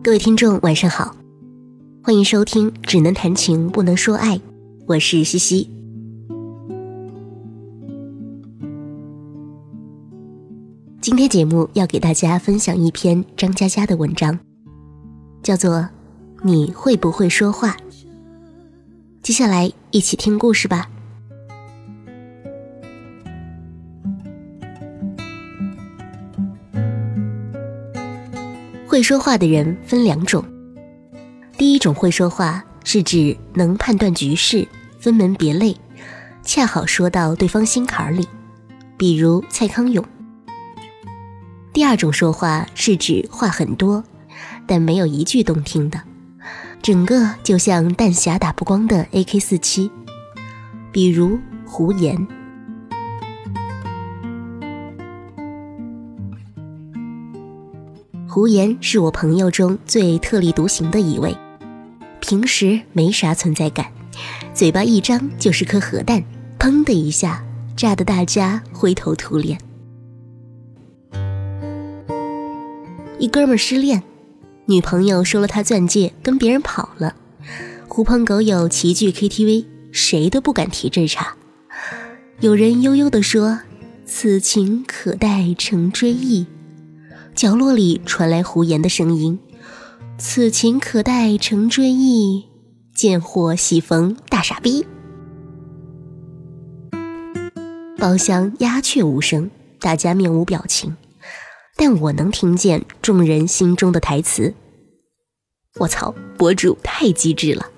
各位听众晚上好，欢迎收听只能谈情不能说爱，我是西西。今天节目要给大家分享一篇张嘉佳的文章，叫做你会不会说话。接下来一起听故事吧。会说话的人分两种，第一种会说话是指能判断局势，分门别类，恰好说到对方心坎里，比如蔡康永。第二种说话是指话很多，但没有一句动听的，整个就像弹匣打不光的 AK47， 比如胡言。胡言是我朋友中最特立独行的一位，平时没啥存在感，嘴巴一张就是颗核弹，砰的一下炸得大家灰头土脸。一哥们失恋，女朋友收了他钻戒跟别人跑了，狐朋狗友齐聚 KTV， 谁都不敢提这茬。有人悠悠地说，此情可待成追忆，角落里传来胡言的声音，此情可待成追忆，见货喜逢大傻逼。包厢鸦雀无声，大家面无表情，但我能听见众人心中的台词，我操，博主太机智了。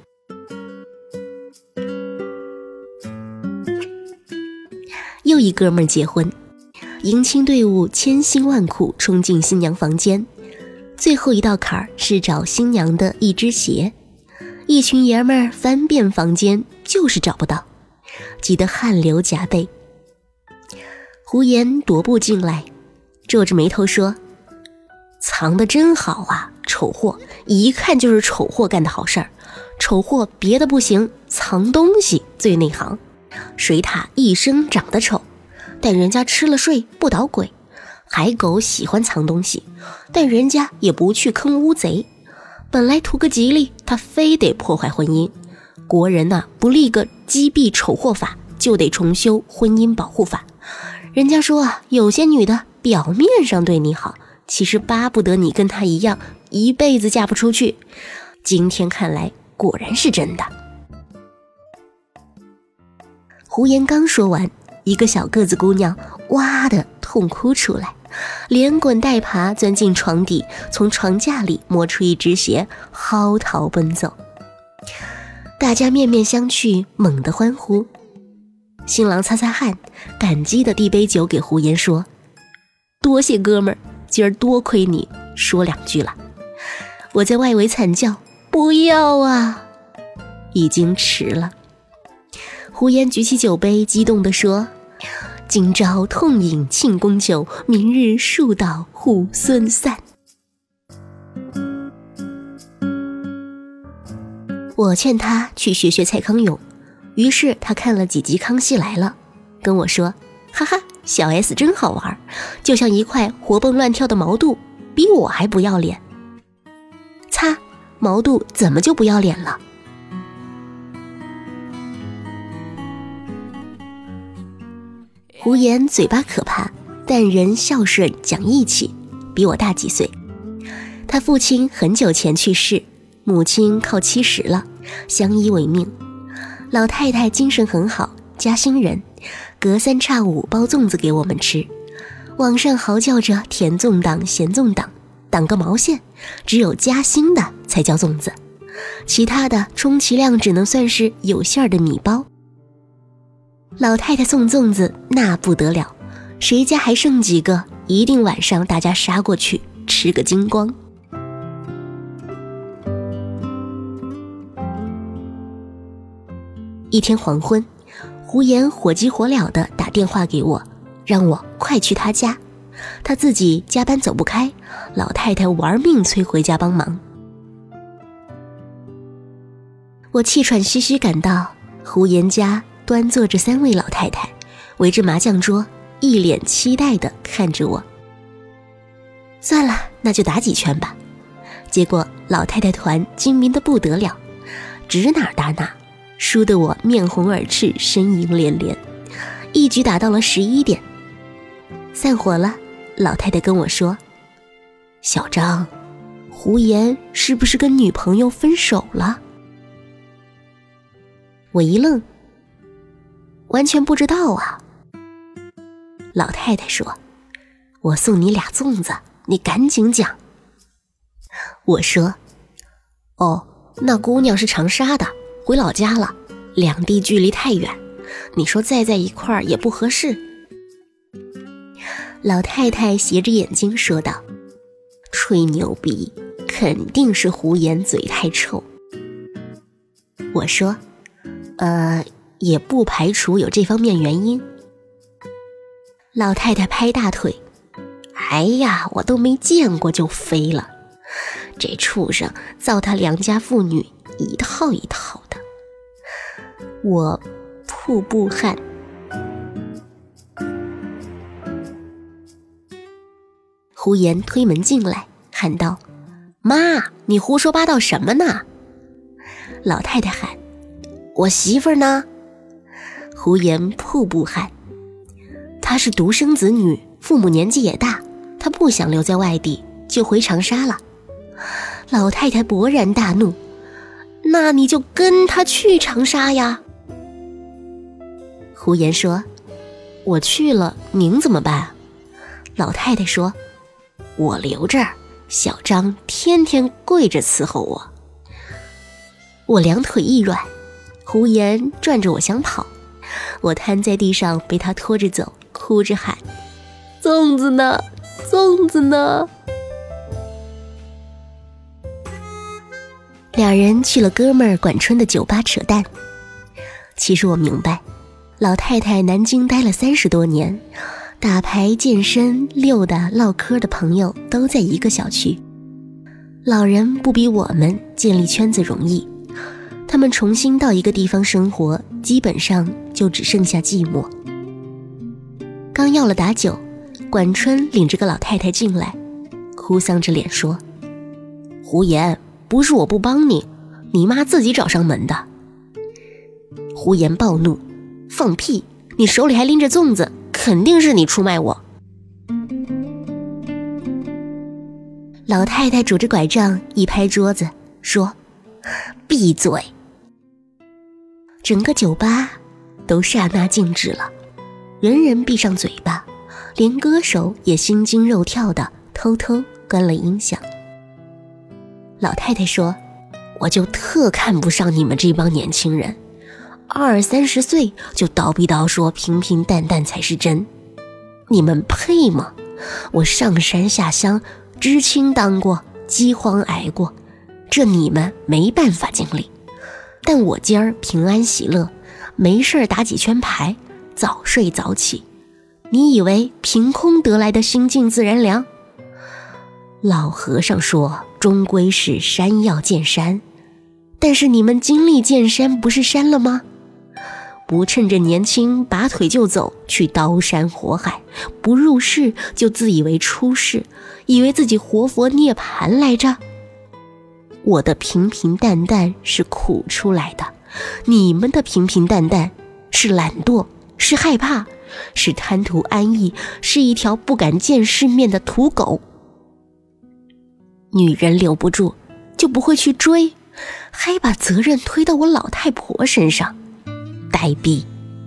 又一哥们儿结婚，迎亲队伍千辛万苦冲进新娘房间，最后一道坎儿是找新娘的一只鞋，一群爷们儿翻遍房间就是找不到，急得汗流浃背。胡言踱步进来，皱着眉头说，藏得真好啊，丑货，一看就是丑货干的好事儿，丑货别的不行，藏东西最内行，水獭一生长得丑，但人家吃了睡不捣鬼，海狗喜欢藏东西，但人家也不去坑乌贼，本来图个吉利，他非得破坏婚姻，国人呐，不立个击毙丑货法，就得重修婚姻保护法。人家说啊，有些女的表面上对你好，其实巴不得你跟她一样一辈子嫁不出去。今天看来果然是真的。胡言刚说完，一个小个子姑娘哇的痛哭出来，连滚带爬钻进床底，从床架里摸出一只鞋，嚎啕奔走。大家面面相觑，猛地欢呼。新郎擦擦汗，感激地递杯酒给胡言说，多谢哥们儿，今儿多亏你说两句了。我在外围惨叫，不要啊，已经迟了。胡言举起酒杯，激动地说，今朝痛饮庆功酒，明日树倒猢狲散。我劝他去学学蔡康永，于是他看了几集《康熙来了》，跟我说，哈哈，小 S 真好玩，就像一块活蹦乱跳的毛肚，比我还不要脸。擦，毛肚怎么就不要脸了？胡言嘴巴可怕，但人孝顺讲义气，比我大几岁。他父亲很久前去世，母亲靠70了，相依为命。老太太精神很好，嘉兴人，隔三差五包粽子给我们吃。网上嚎叫着甜粽党咸粽党，党个毛线，只有嘉兴的才叫粽子，其他的充其量只能算是有馅儿的米包。老太太送粽子那不得了，谁家还剩几个，一定晚上大家杀过去吃个精光。一天黄昏，胡言火急火燎地打电话给我，让我快去他家，他自己加班走不开，老太太玩命催回家帮忙。我气喘吁吁赶到胡言家，端坐着3位老太太，围着麻将桌，一脸期待地看着我。算了，那就打几圈吧。 结果老太太团精明得不得了，指哪打哪，输得我面红耳赤，呻吟连连，一局打到了11点。散伙了，老太太跟我说：“小张，胡言是不是跟女朋友分手了？”我一愣，完全不知道啊。老太太说：“我送你俩粽子，你赶紧讲。”我说：“哦，那姑娘是长沙的，回老家了，两地距离太远，你说再在一块儿也不合适。”老太太斜着眼睛说道：“吹牛逼，肯定是胡言嘴太臭。”我说：“也不排除有这方面原因。”老太太拍大腿：“哎呀，我都没见过就飞了，这畜生糟蹋良家妇女一套一套的。”我瀑布汗。胡言推门进来，喊道：“妈，你胡说八道什么呢？”老太太喊：“我媳妇儿呢？”胡言瀑布汗：“她是独生子女，父母年纪也大，她不想留在外地，就回长沙了。”老太太勃然大怒：“那你就跟她去长沙呀！”胡言说：“我去了，您怎么办？”老太太说：“我留这儿，小张天天跪着伺候我。”我两腿一软，胡言转着我想跑，我瘫在地上被他拖着走，哭着喊：“粽子呢？粽子呢？”两人去了哥们儿管春的酒吧扯淡。其实我明白，老太太南京待了30多年，打牌、健身、溜达、唠嗑的朋友都在一个小区。老人不比我们建立圈子容易，他们重新到一个地方生活，基本上就只剩下寂寞。刚要了打酒，管春领着个老太太进来，哭丧着脸说：“胡言，不是我不帮你，你妈自己找上门的。”胡言暴怒：“放屁！你手里还拎着粽子，肯定是你出卖我。”老太太拄着拐杖一拍桌子说：“闭嘴！”整个酒吧都刹那静止了，人人闭上嘴巴，连歌手也心惊肉跳的偷偷关了音响。老太太说：“我就特看不上你们这帮年轻人，20-30岁就叨逼叨说平平淡淡才是真，你们配吗？我上山下乡，知青当过，饥荒挨过，这你们没办法经历。但我今儿平安喜乐，没事打几圈牌，早睡早起，你以为凭空得来的心静自然凉？老和尚说，终归是山要见山，但是你们经历见山不是山了吗？不趁着年轻拔腿就走，去刀山火海，不入世就自以为出世，以为自己活佛涅槃来着。我的平平淡淡是苦出来的，你们的平平淡淡是懒惰，是害怕，是贪图安逸，是一条不敢见世面的土狗。女人留不住就不会去追，还把责任推到我老太婆身上，呆逼。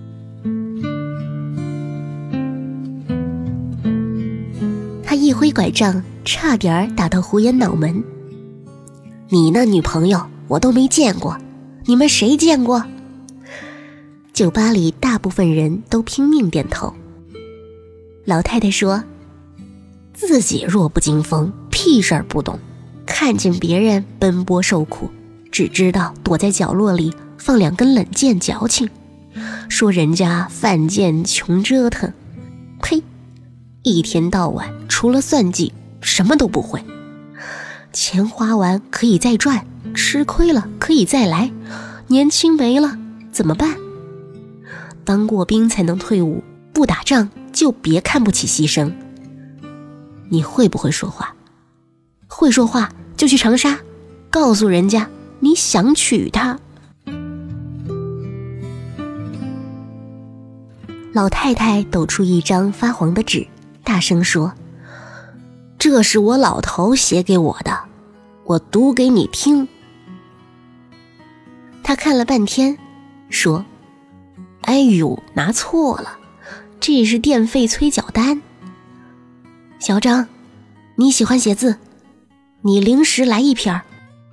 他一挥拐杖，差点打到胡言脑门。你那女朋友我都没见过，你们谁见过？酒吧里大部分人都拼命点头。老太太说：“自己弱不禁风，屁事儿不懂，看见别人奔波受苦，只知道躲在角落里放2根冷箭矫情，说人家犯贱穷折腾。呸！一天到晚除了算计什么都不会。钱花完可以再赚，吃亏了可以再来，年轻没了怎么办？当过兵才能退伍，不打仗就别看不起牺牲。你会不会说话？会说话就就去长沙，告诉人家你想娶她。老太太抖出一张发黄的纸，大声说：这是我老头写给我的，我读给你听。他看了半天，说：哎呦，拿错了，这是电费催缴单。小张，你喜欢写字，你临时来一篇。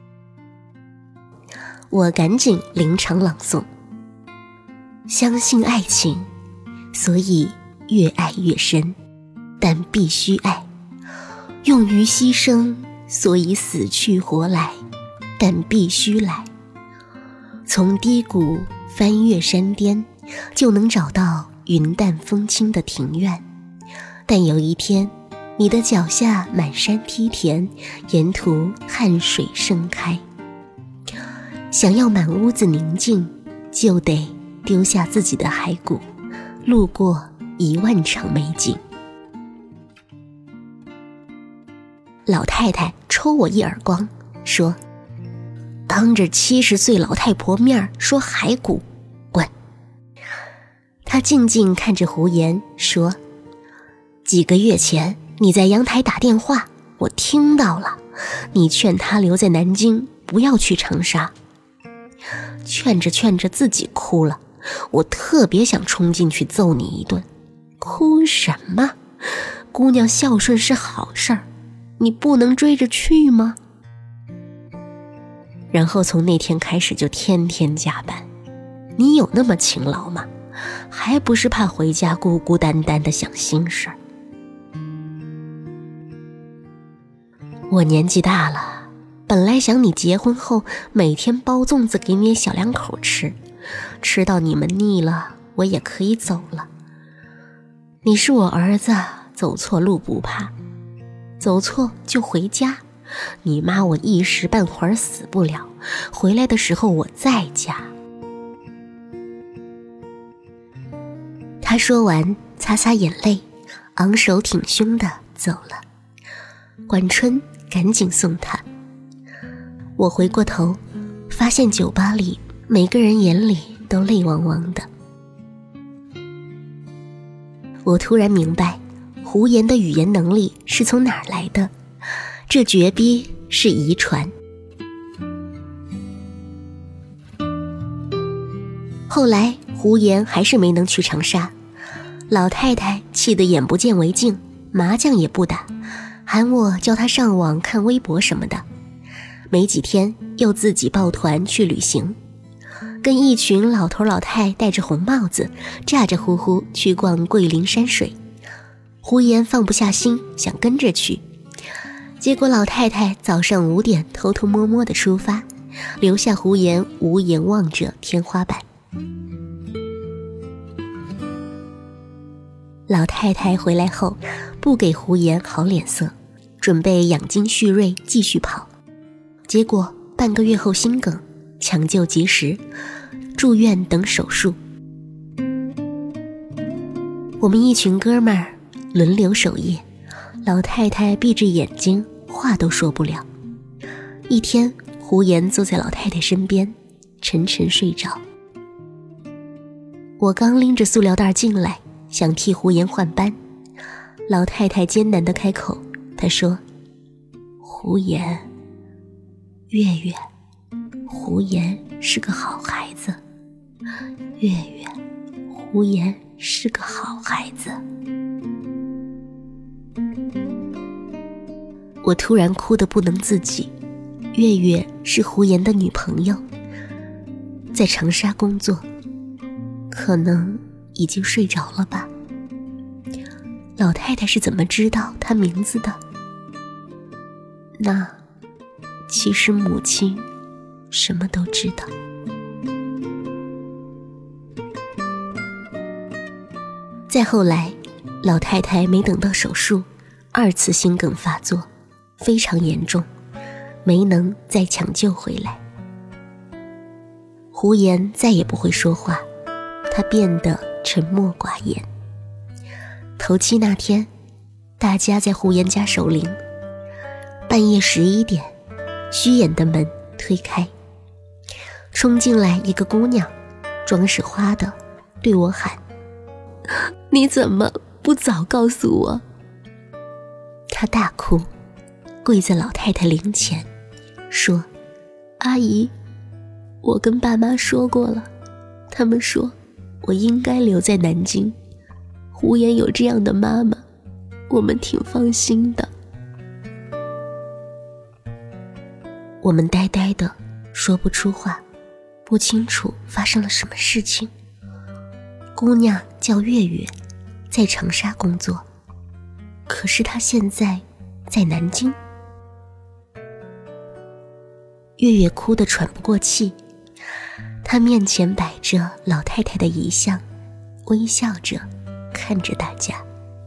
我赶紧临场朗诵：相信爱情，所以越爱越深，但必须爱；勇于牺牲，所以死去活来，但必须来。从低谷翻越山巅，就能找到云淡风轻的庭院，但有一天，你的脚下满山梯田，沿途汗水盛开。想要满屋子宁静，就得丢下自己的骸骨，路过10000场美景。老太太抽我一耳光，说：当着70岁老太婆面说骸骨，滚！她静静看着胡言，说：几个月前你在阳台打电话，我听到了，你劝他留在南京，不要去长沙。劝着劝着自己哭了，我特别想冲进去揍你一顿。哭什么？姑娘孝顺是好事儿，你不能追着去吗？然后从那天开始就天天加班。你有那么勤劳吗？还不是怕回家孤孤单单的想心事儿。我年纪大了，本来想你结婚后每天包粽子给你小两口吃，吃到你们腻了，我也可以走了。你是我儿子，走错路不怕，走错就回家。你妈我一时半会儿死不了，回来的时候我在家。他说完，擦擦眼泪，昂首挺胸地走了。管春赶紧送他。我回过头，发现酒吧里每个人眼里都泪汪汪的。我突然明白，胡言的语言能力是从哪儿来的，这绝逼是遗传。后来胡言还是没能去长沙，老太太气得眼不见为净，麻将也不打，喊我叫他上网看微博什么的。没几天又自己抱团去旅行，跟一群老头老太戴着红帽子，咋咋呼呼去逛桂林山水。胡言放不下心，想跟着去，结果老太太早上5点偷偷摸摸地出发，留下胡言无言望着天花板。老太太回来后不给胡言好脸色，准备养精蓄锐继续跑，结果半个月后心梗，抢救及时，住院等手术。我们一群哥们儿轮流守夜，老太太闭着眼睛，话都说不了。一天，胡言坐在老太太身边，沉沉睡着。我刚拎着塑料袋进来，想替胡言换班，老太太艰难地开口，她说：胡言，月月，胡言是个好孩子，月月，胡言是个好孩子。我突然哭得不能自己。月月是胡言的女朋友，在长沙工作，可能已经睡着了吧。老太太是怎么知道她名字的？那其实母亲什么都知道。再后来，老太太没等到手术，2次心梗发作，非常严重，没能再抢救回来。胡言再也不会说话，他变得沉默寡言。头七那天，大家在胡言家守灵，半夜11点， 虚掩的门推开，冲进来一个姑娘，装饰花的对我喊：你怎么不早告诉我？她大哭，跪在老太太灵前说：阿姨，我跟爸妈说过了，他们说我应该留在南京，胡言有这样的妈妈，我们挺放心的。我们呆呆的说不出话，不清楚发生了什么事情。姑娘叫月月，在长沙工作，可是她现在在南京。月月哭得喘不过气，她面前摆着老太太的遗像，微笑着看着大家。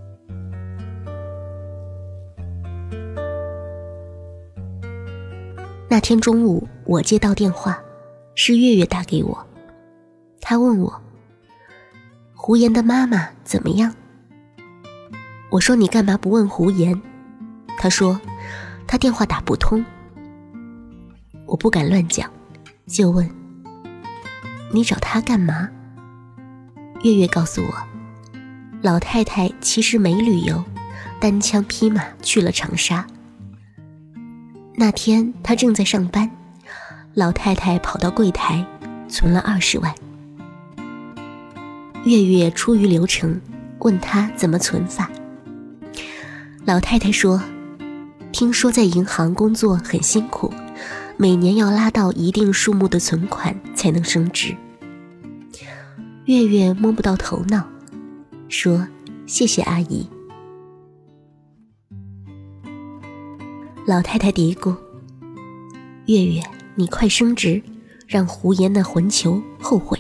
那天中午，我接到电话，是月月打给我。她问我，胡言的妈妈怎么样？我说你干嘛不问胡言？她说她电话打不通。我不敢乱讲，就问你找她干嘛？月月告诉我，老太太其实没旅游，单枪匹马去了长沙。那天她正在上班，老太太跑到柜台存了20万。月月出于流程，问她怎么存法。老太太说，听说在银行工作很辛苦，每年要拉到一定数目的存款才能升职。月月摸不到头脑，说谢谢阿姨。老太太嘀咕，月月，你快升职，让胡言的混球后悔。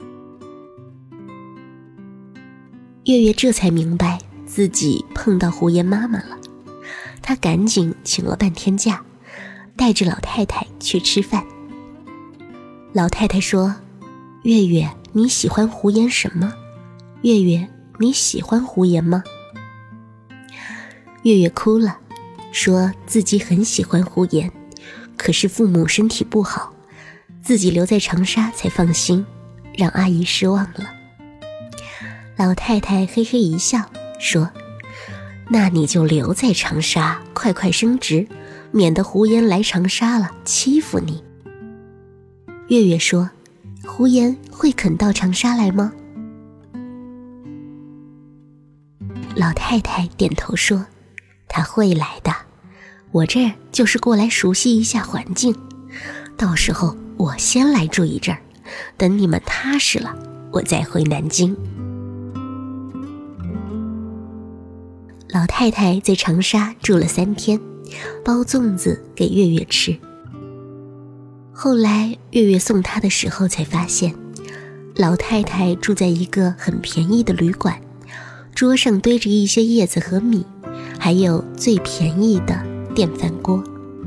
月月这才明白自己碰到胡言妈妈了，她赶紧请了半天假，带着老太太去吃饭。老太太说，月月，你喜欢胡言什么？月月，你喜欢胡言吗？月月哭了，说自己很喜欢胡言，可是父母身体不好，自己留在长沙才放心，让阿姨失望了。老太太嘿嘿一笑，说，那你就留在长沙，快快升职，免得胡言来长沙了欺负你。月月说，胡言会肯到长沙来吗？老太太点头说，他会来的，我这儿就是过来熟悉一下环境，到时候我先来住一阵儿，等你们踏实了，我再回南京。老太太在长沙住了3天，包粽子给月月吃。后来月月送她的时候才发现，老太太住在一个很便宜的旅馆，桌上堆着一些叶子和米，还有最便宜的电饭锅。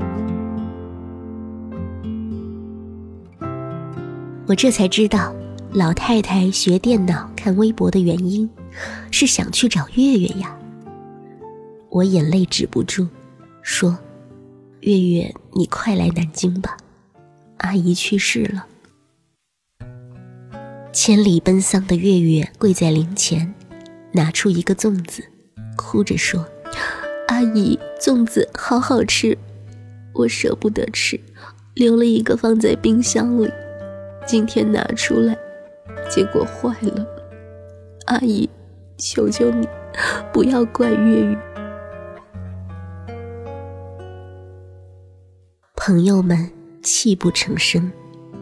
我这才知道，老太太学电脑看微博的原因是想去找月月呀。我眼泪止不住，说，月月，你快来南京吧，阿姨去世了。千里奔丧的月月跪在灵前，拿出一个粽子，哭着说，阿姨，粽子好好吃，我舍不得吃，留了一个放在冰箱里，今天拿出来，结果坏了。阿姨，求求你，不要怪月月。朋友们泣不成声。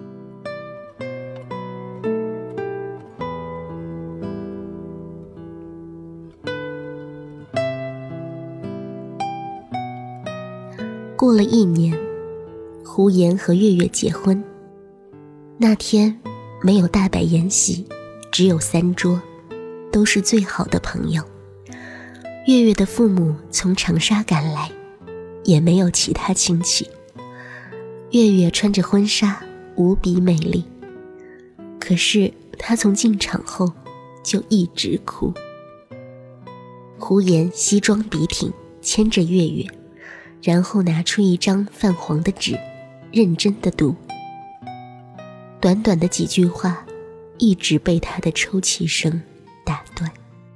过了1年，胡言和月月结婚。那天没有大摆筵席，只有3桌，都是最好的朋友。月月的父母从长沙赶来，也没有其他亲戚。月月穿着婚纱，无比美丽，可是她从进场后就一直哭。胡言西装笔挺牵着月月，然后拿出一张泛黄的纸认真地读。短短的几句话，一直被他的抽泣声打断。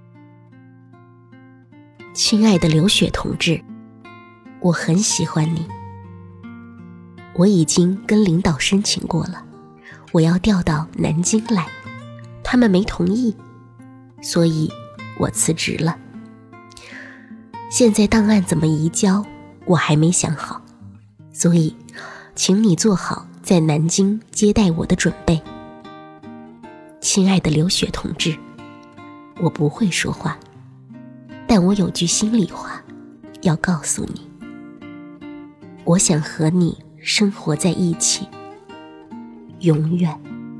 亲爱的刘雪同志，我很喜欢你。我已经跟领导申请过了，我要调到南京来，他们没同意，所以我辞职了。现在档案怎么移交，我还没想好，所以请你做好在南京接待我的准备。亲爱的刘雪同志，我不会说话，但我有句心里话要告诉你，我想和你生活在一起，永远。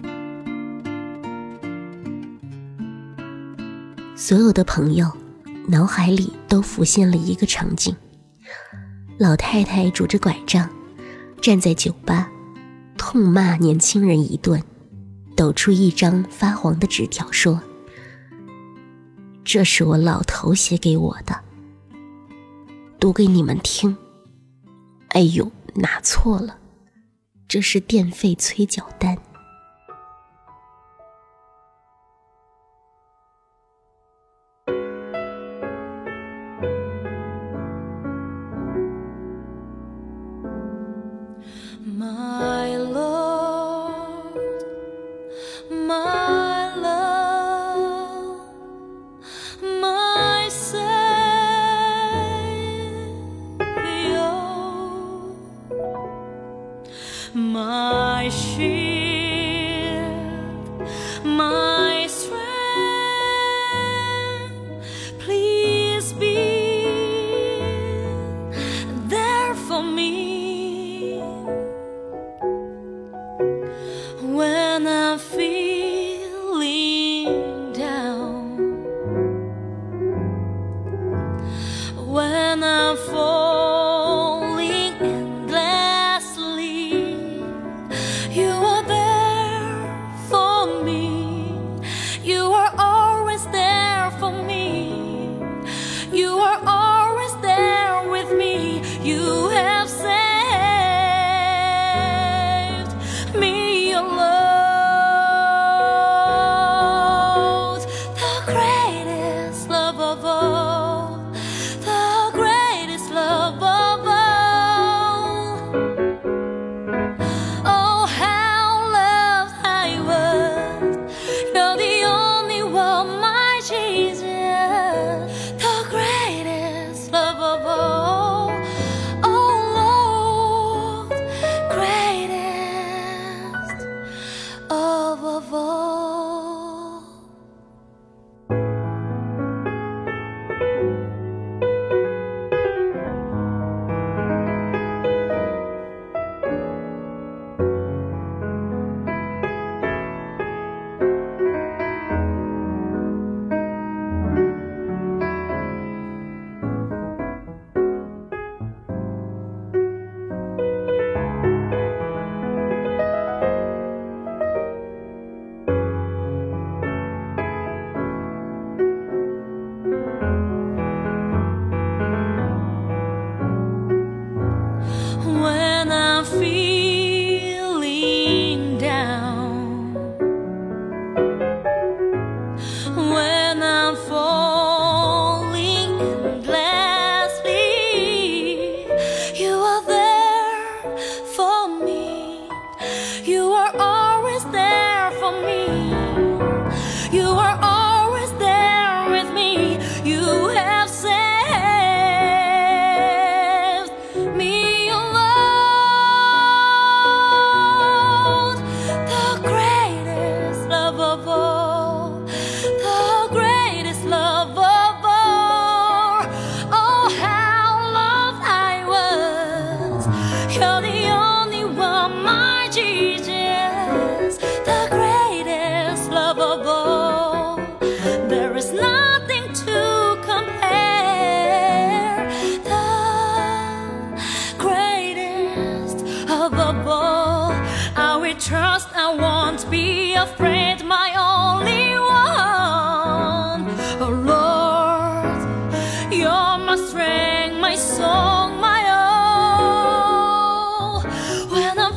所有的朋友脑海里都浮现了一个场景，老太太拄着拐杖站在酒吧，痛骂年轻人一顿，抖出一张发黄的纸条说，这是我老头写给我的，读给你们听。哎呦，拿错了，这是电费催缴单。 My Lord, my love, my Savior, my shield, my strength, please be there for me. When I'm feeling down, when I'm falling endlessly, you are there for me. You are always there for me. You are always there with me. You have saved me, your love. Trust, I won't be afraid, my only one. Oh Lord, you're my strength, my song, my all. When I'm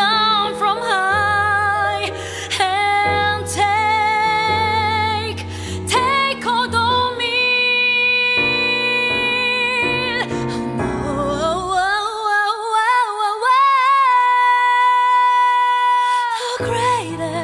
down from high and take hold of me. The greatest